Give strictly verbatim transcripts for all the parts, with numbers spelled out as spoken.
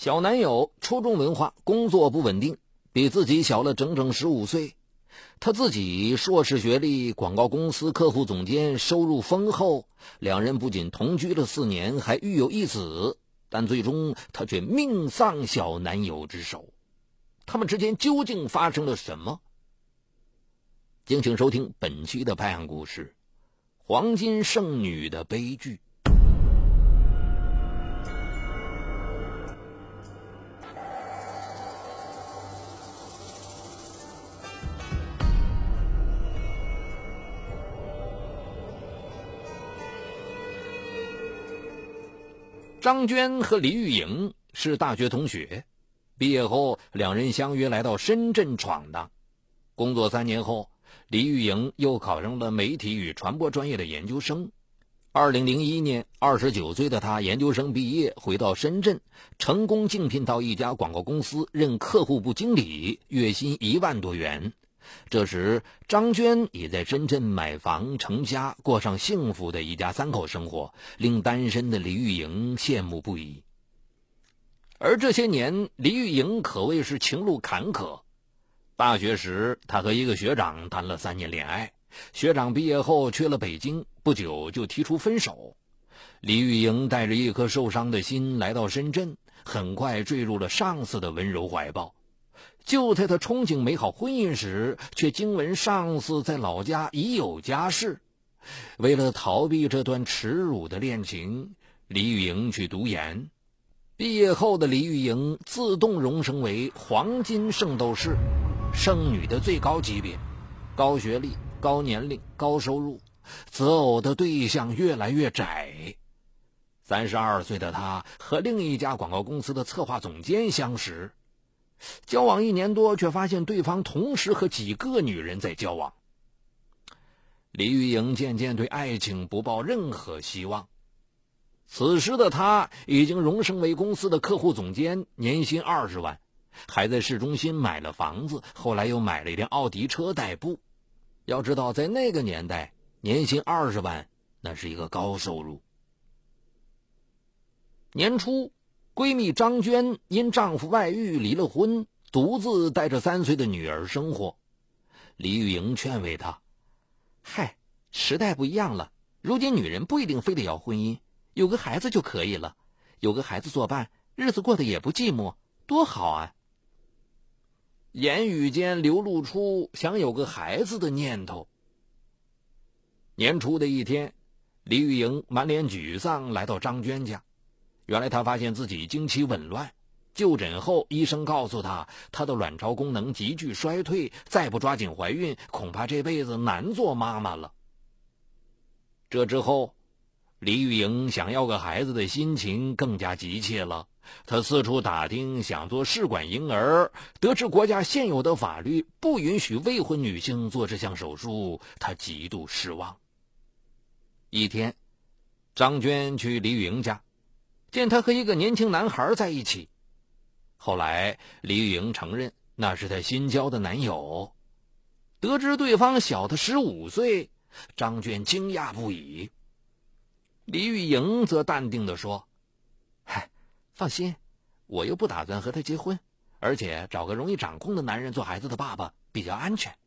小男友初中文化，工作不稳定，比自己小了整整十五岁。他自己硕士学历，广告公司客户总监，收入丰厚。两人不仅同居了四年，还育有一子，但最终他却命丧小男友之手。他们之间究竟发生了什么？敬请收听本期的拍案故事《黄金剩女的悲剧》。张娟和李玉莹是大学同学，毕业后两人相约来到深圳闯荡。工作三年后，李玉莹又考上了媒体与传播专业的研究生。二零零一年，二十九岁的她研究生毕业，回到深圳，成功竞聘到一家广告公司任客户部经理，月薪一万多元。这时，张娟也在深圳买房成家，过上幸福的一家三口生活，令单身的李玉莹羡慕不已。而这些年，李玉莹可谓是情路坎坷。大学时，她和一个学长谈了三年恋爱，学长毕业后去了北京，不久就提出分手。李玉莹带着一颗受伤的心来到深圳，很快坠入了上司的温柔怀抱。就在他憧憬美好婚姻时，却惊闻上司在老家已有家室。为了逃避这段耻辱的恋情，李玉莹去读研。毕业后的李玉莹自动荣升为黄金圣斗士，剩女的最高级别，高学历、高年龄、高收入，择偶的对象越来越窄。三十二岁的她和另一家广告公司的策划总监相识。交往一年多，却发现对方同时和几个女人在交往。李玉莹渐渐对爱情不抱任何希望。此时的她已经荣升为公司的客户总监，年薪二十万，还在市中心买了房子，后来又买了一辆奥迪车代步。要知道，在那个年代，年薪二十万那是一个高收入。年初，闺蜜张娟因丈夫外遇离了婚，独自带着三岁的女儿生活。李玉莹劝慰她：嗨，时代不一样了，如今女人不一定非得要婚姻，有个孩子就可以了，有个孩子作伴，日子过得也不寂寞，多好啊。言语间流露出想有个孩子的念头。年初的一天，李玉莹满脸沮丧来到张娟家。原来她发现自己经期紊乱，就诊后医生告诉她，她的卵巢功能急剧衰退，再不抓紧怀孕，恐怕这辈子难做妈妈了。这之后，李玉莹想要个孩子的心情更加急切了。她四处打听，想做试管婴儿，得知国家现有的法律不允许未婚女性做这项手术，她极度失望。一天，张娟去李玉莹家，见他和一个年轻男孩在一起。后来李玉莹承认那是她新交的男友。得知对方小他十五岁，张娟惊讶不已。李玉莹则淡定地说：嗨，放心，我又不打算和他结婚，而且找个容易掌控的男人做孩子的爸爸比较安全。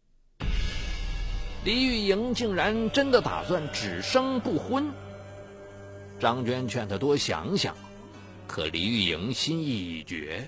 李玉莹竟然真的打算只生不婚。张娟劝他多想想，可李玉莹心意已决。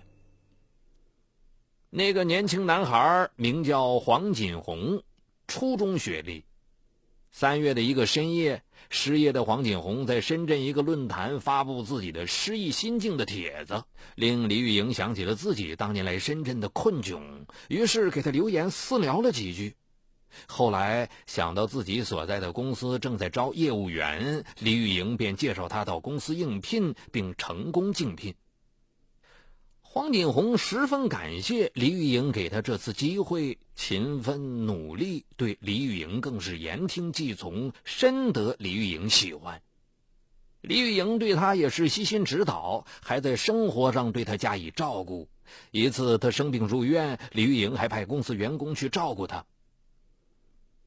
那个年轻男孩名叫黄锦红，初中学历。三月的一个深夜，失业的黄锦红在深圳一个论坛发布自己的失意心境的帖子，令李玉莹想起了自己当年来深圳的困窘，于是给他留言私聊了几句。后来想到自己所在的公司正在招业务员，李玉莹便介绍他到公司应聘，并成功竞聘。黄锦红十分感谢李玉莹给他这次机会，勤奋努力，对李玉莹更是言听计从，深得李玉莹喜欢。李玉莹对他也是悉心指导，还在生活上对他加以照顾。一次他生病入院，李玉莹还派公司员工去照顾他。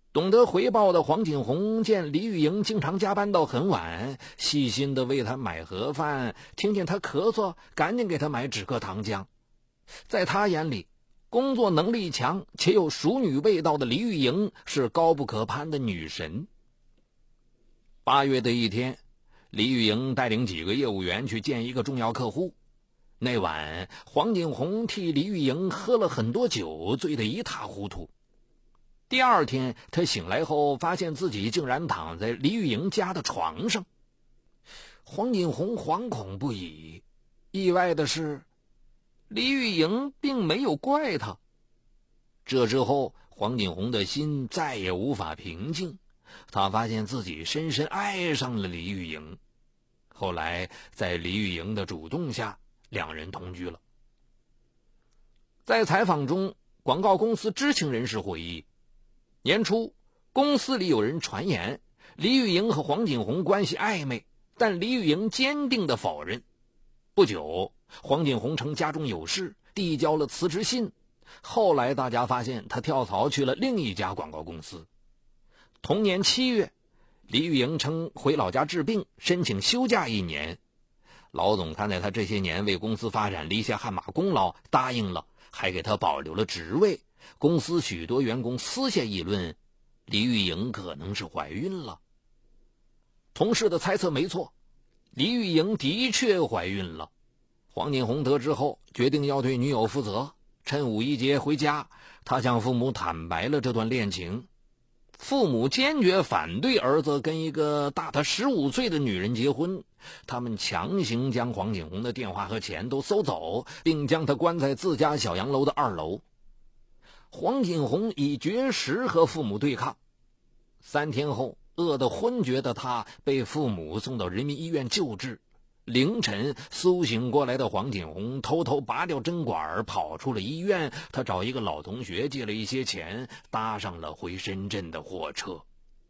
懂得回报的黄锦红见李玉莹经常加班到很晚，细心地为她买盒饭，听见她咳嗽，赶紧给她买止咳糖浆。在她眼里，工作能力强且有淑女味道的李玉莹是高不可攀的女神。八月的一天，李玉莹带领几个业务员去见一个重要客户。那晚，黄锦红替李玉莹喝了很多酒，醉得一塌糊涂。第二天，他醒来后发现自己竟然躺在李玉莹家的床上。黄锦红惶恐不已，意外的是，李玉莹并没有怪他。这之后，黄锦红的心再也无法平静，他发现自己深深爱上了李玉莹。后来，在李玉莹的主动下，两人同居了。在采访中，广告公司知情人士回忆，年初公司里有人传言李玉莹和黄锦红关系暧昧，但李玉莹坚定地否认。不久，黄锦红称家中有事，递交了辞职信。后来大家发现他跳槽去了另一家广告公司。同年七月，李玉莹称回老家治病，申请休假一年。老总看在他这些年为公司发展立下汗马功劳，答应了，还给他保留了职位。公司许多员工私下议论，李玉莹可能是怀孕了。同事的猜测没错，李玉莹的确怀孕了。黄锦红得知后，决定要对女友负责。趁五一节回家，他向父母坦白了这段恋情。父母坚决反对儿子跟一个大他十五岁的女人结婚，他们强行将黄锦红的电话和钱都搜走，并将他关在自家小洋楼的二楼。黄锦红以绝食和父母对抗，三天后饿得昏厥的他被父母送到人民医院救治。凌晨苏醒过来的黄锦红偷偷拔掉针管，跑出了医院。他找一个老同学借了一些钱，搭上了回深圳的火车。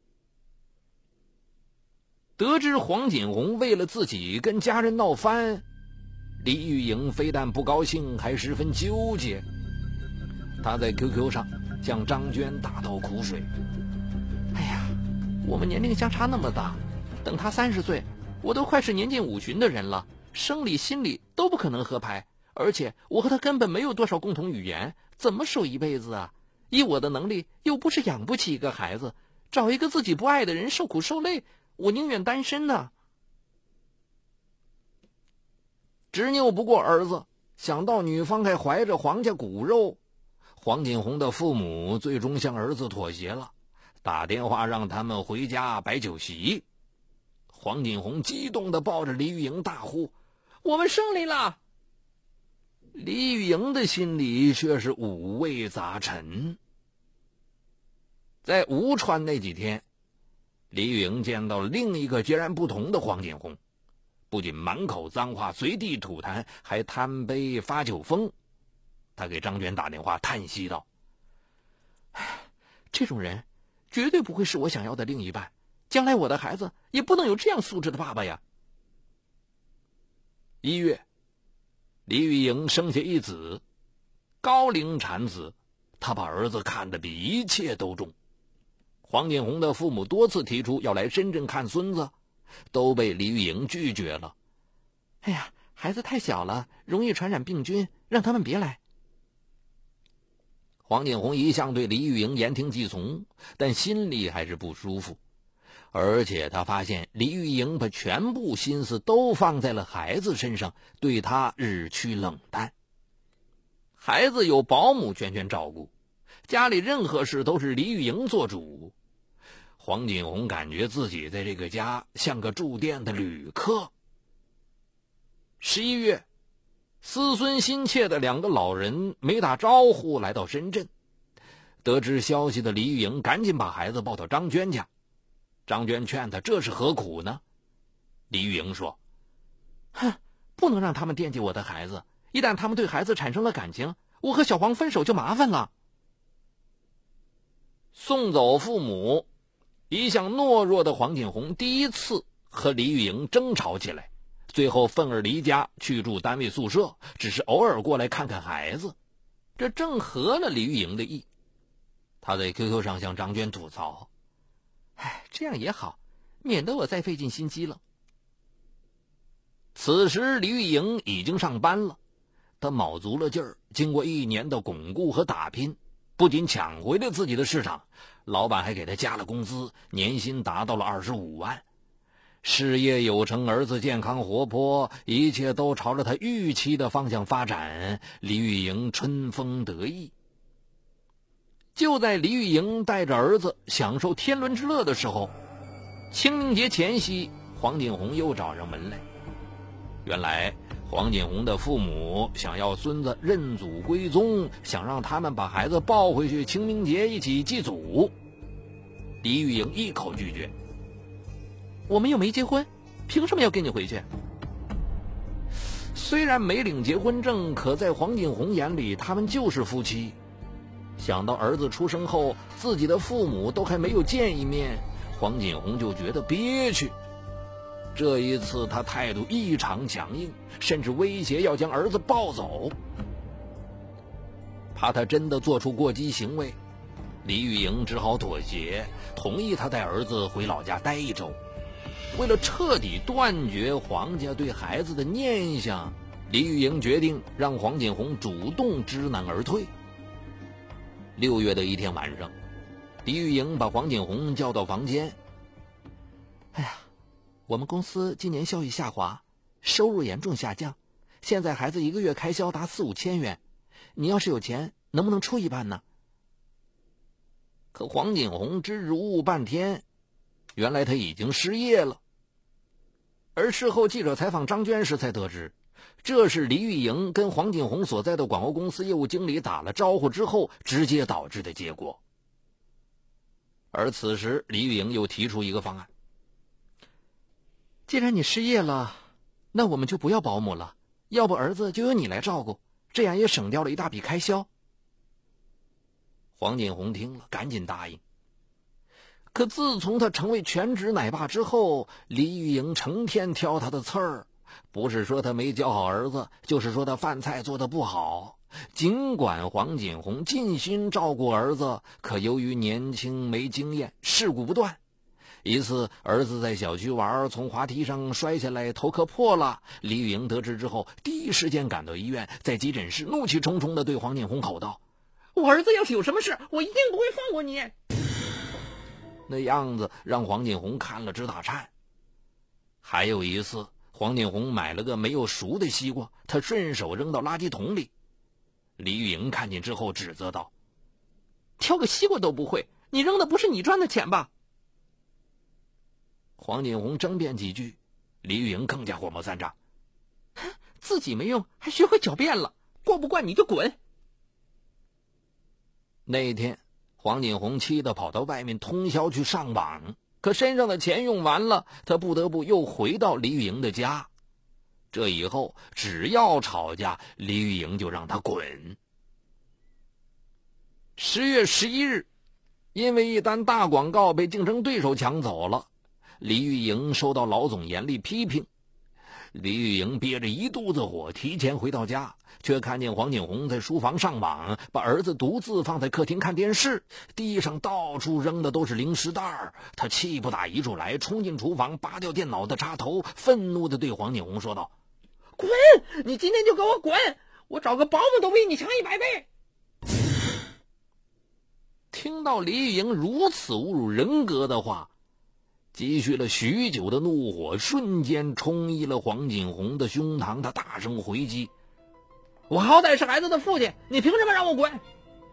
得知黄锦红为了自己跟家人闹翻，李玉莹非但不高兴，还十分纠结。他在 Q Q 上向张娟大倒苦水：哎呀，我们年龄相差那么大，等他三十岁，我都快是年近五旬的人了，生理心理都不可能合拍，而且我和他根本没有多少共同语言，怎么守一辈子啊？以我的能力，又不是养不起一个孩子，找一个自己不爱的人受苦受累，我宁愿单身呢。执拗不过儿子，想到女方还怀着皇家骨肉，黄锦红的父母最终向儿子妥协了，打电话让他们回家摆酒席。黄锦红激动地抱着李玉莹大呼：我们胜利了！李玉莹的心里却是五味杂陈。在吴川那几天，李玉莹见到了另一个截然不同的黄锦红，不仅满口脏话随地吐痰，还贪杯发酒疯。他给张娟打电话叹息道：这种人绝对不会是我想要的另一半，将来我的孩子也不能有这样素质的爸爸呀。一月，李玉莹生下一子，高龄产子，她把儿子看得比一切都重。黄锦红的父母多次提出要来深圳看孙子，都被李玉莹拒绝了。哎呀，孩子太小了，容易传染病菌，让他们别来。黄锦红一向对李玉莹言听计从，但心里还是不舒服。而且他发现李玉莹把全部心思都放在了孩子身上，对他日趋冷淡。孩子有保姆全权照顾，家里任何事都是李玉莹做主。黄锦红感觉自己在这个家像个住店的旅客。十一月，思孙心切的两个老人没打招呼来到深圳。得知消息的李玉莹赶紧把孩子抱到张娟家。张娟劝他这是何苦呢？李玉莹说：哼，不能让他们惦记我的孩子，一旦他们对孩子产生了感情，我和小黄分手就麻烦了。送走父母，一向懦弱的黄锦红第一次和李玉莹争吵起来，最后愤而离家去住单位宿舍，只是偶尔过来看看孩子，这正合了李玉莹的意。 他在 Q Q 上向张娟吐槽： 哎，这样也好，免得我再费尽心机了。 此时李玉莹已经上班了，他卯足了劲儿，经过一年的巩固和打拼，不仅抢回了自己的市场，老板还给他加了工资，年薪达到了二十五万。事业有成，儿子健康活泼，一切都朝着他预期的方向发展，李玉莹春风得意。就在李玉莹带着儿子享受天伦之乐的时候，清明节前夕，黄锦红又找上门来。原来黄锦红的父母想要孙子认祖归宗，想让他们把孩子抱回去，清明节一起祭祖。李玉莹一口拒绝： 我们又没结婚，凭什么要跟你回去？ 虽然没领结婚证，可在黄锦红眼里，他们就是夫妻。想到儿子出生后，自己的父母都还没有见一面，黄锦红就觉得憋屈。这一次他态度异常强硬，甚至威胁要将儿子抱走。怕他真的做出过激行为，李玉莹只好妥协，同意他带儿子回老家待一周。为了彻底断绝黄家对孩子的念想，李玉莹决定让黄锦红主动知难而退。六月的一天晚上，李玉莹把黄锦红叫到房间。 哎呀，我们公司今年效益下滑，收入严重下降，现在孩子一个月开销达四五千元，你要是有钱，能不能出一半呢？ 可黄锦红支支吾吾半天，原来他已经失业了。而事后记者采访张娟时才得知，这是李玉莹跟黄锦红所在的广告公司业务经理打了招呼之后直接导致的结果。而此时李玉莹又提出一个方案： 既然你失业了，那我们就不要保姆了，要不儿子就由你来照顾，这样也省掉了一大笔开销。 黄锦红听了赶紧答应。可自从他成为全职奶爸之后，李玉莹成天挑他的刺儿，不是说他没教好儿子，就是说他饭菜做得不好。尽管黄锦红尽心照顾儿子，可由于年轻没经验，事故不断。一次儿子在小区玩，从滑梯上摔下来，头磕破了。李玉莹得知之后，第一时间赶到医院，在急诊室怒气冲冲地对黄锦红口道： 我儿子要是有什么事，我一定不会放过你。 那样子让黄锦红看了直打颤。还有一次，黄锦红买了个没有熟的西瓜，他顺手扔到垃圾桶里。李玉莹看见之后指责道： 挑个西瓜都不会，你扔的不是你赚的钱吧？ 黄锦红争辩几句，李玉莹更加火冒三丈： 自己没用还学会狡辩了，过不惯你就滚。 那天黄锦红气得跑到外面通宵去上网，可身上的钱用完了，他不得不又回到李玉莹的家。这以后只要吵架，李玉莹就让他滚。十月十一日，因为一单大广告被竞争对手抢走了，李玉莹受到老总严厉批评。李玉莹憋着一肚子火，提前回到家，却看见黄锦红在书房上网，把儿子独自放在客厅看电视，地上到处扔的都是零食袋。他气不打一处来，冲进厨房，拔掉电脑的插头，愤怒地对黄锦红说道： 滚！你今天就给我滚！我找个保姆都比你强一百倍！ 听到李玉莹如此侮辱人格的话，积蓄了许久的怒火瞬间冲溢了黄锦红的胸膛，他大声回击： 我好歹是孩子的父亲，你凭什么让我滚？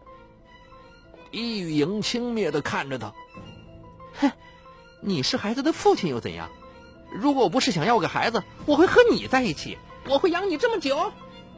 李玉莹轻蔑地看着他： 哼，你是孩子的父亲又怎样？如果我不是想要个孩子，我会和你在一起，我会养你这么久。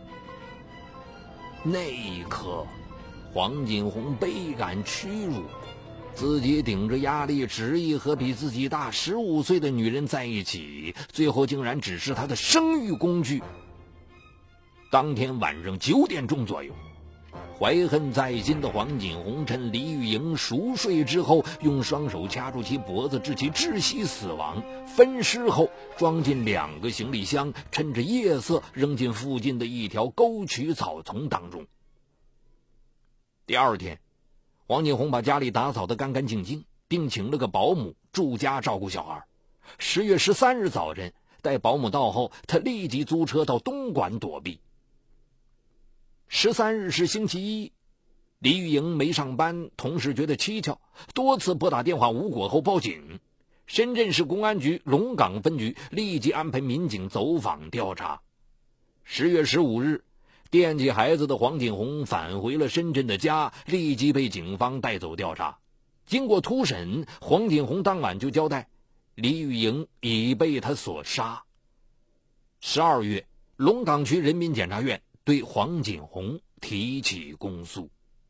那一刻，黄锦红倍感屈辱，自己顶着压力执意和比自己大十五岁的女人在一起，最后竟然只是她的生育工具。当天晚上九点钟左右，怀恨在心的黄锦红趁李玉莹熟睡之后，用双手掐住其脖子，致其窒息死亡。分尸后装进两个行李箱，趁着夜色扔进附近的一条沟渠草丛当中。第二天， 黄锦红把家里打扫得干干净净，并请了个保姆住家照顾小孩。十月十三日早晨，待保姆到后，他立即租车到东莞躲避。十三日是星期一，李玉莹没上班，同事觉得蹊跷，多次拨打电话无果后报警。深圳市公安局龙岗分局立即安排民警走访调查。十月十五日，惦记孩子的黄锦红返回了深圳的家，立即被警方带走调查。经过突审，黄锦红当晚就交代，李玉莹已被他所杀。十二月，龙岗区人民检察院对黄锦红提起公诉。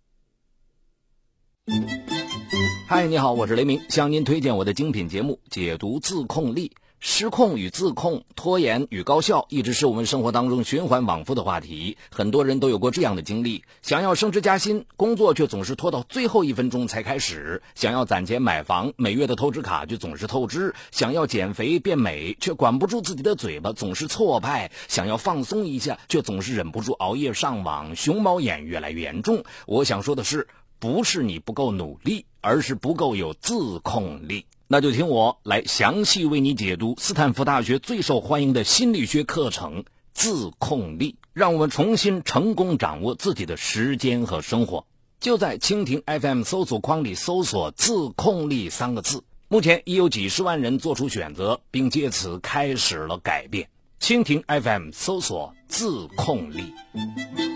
嗨，你好，我是雷鸣，向您推荐我的精品节目《解读自控力》。失控与自控，拖延与高效，一直是我们生活当中循环往复的话题。很多人都有过这样的经历：想要升职加薪，工作却总是拖到最后一分钟才开始；想要攒钱买房，每月的透支卡却总是透支；想要减肥变美，却管不住自己的嘴巴，总是挫败；想要放松一下，却总是忍不住熬夜上网，熊猫眼越来越严重。我想说的是，不是你不够努力，而是不够有自控力。那就听我来详细为你解读斯坦福大学最受欢迎的心理学课程——自控力，让我们重新成功掌握自己的时间和生活。就在蜻蜓 F M 搜索框里搜索自控力三个字，目前已有几十万人做出选择，并借此开始了改变。蜻蜓 F M 搜索自控力。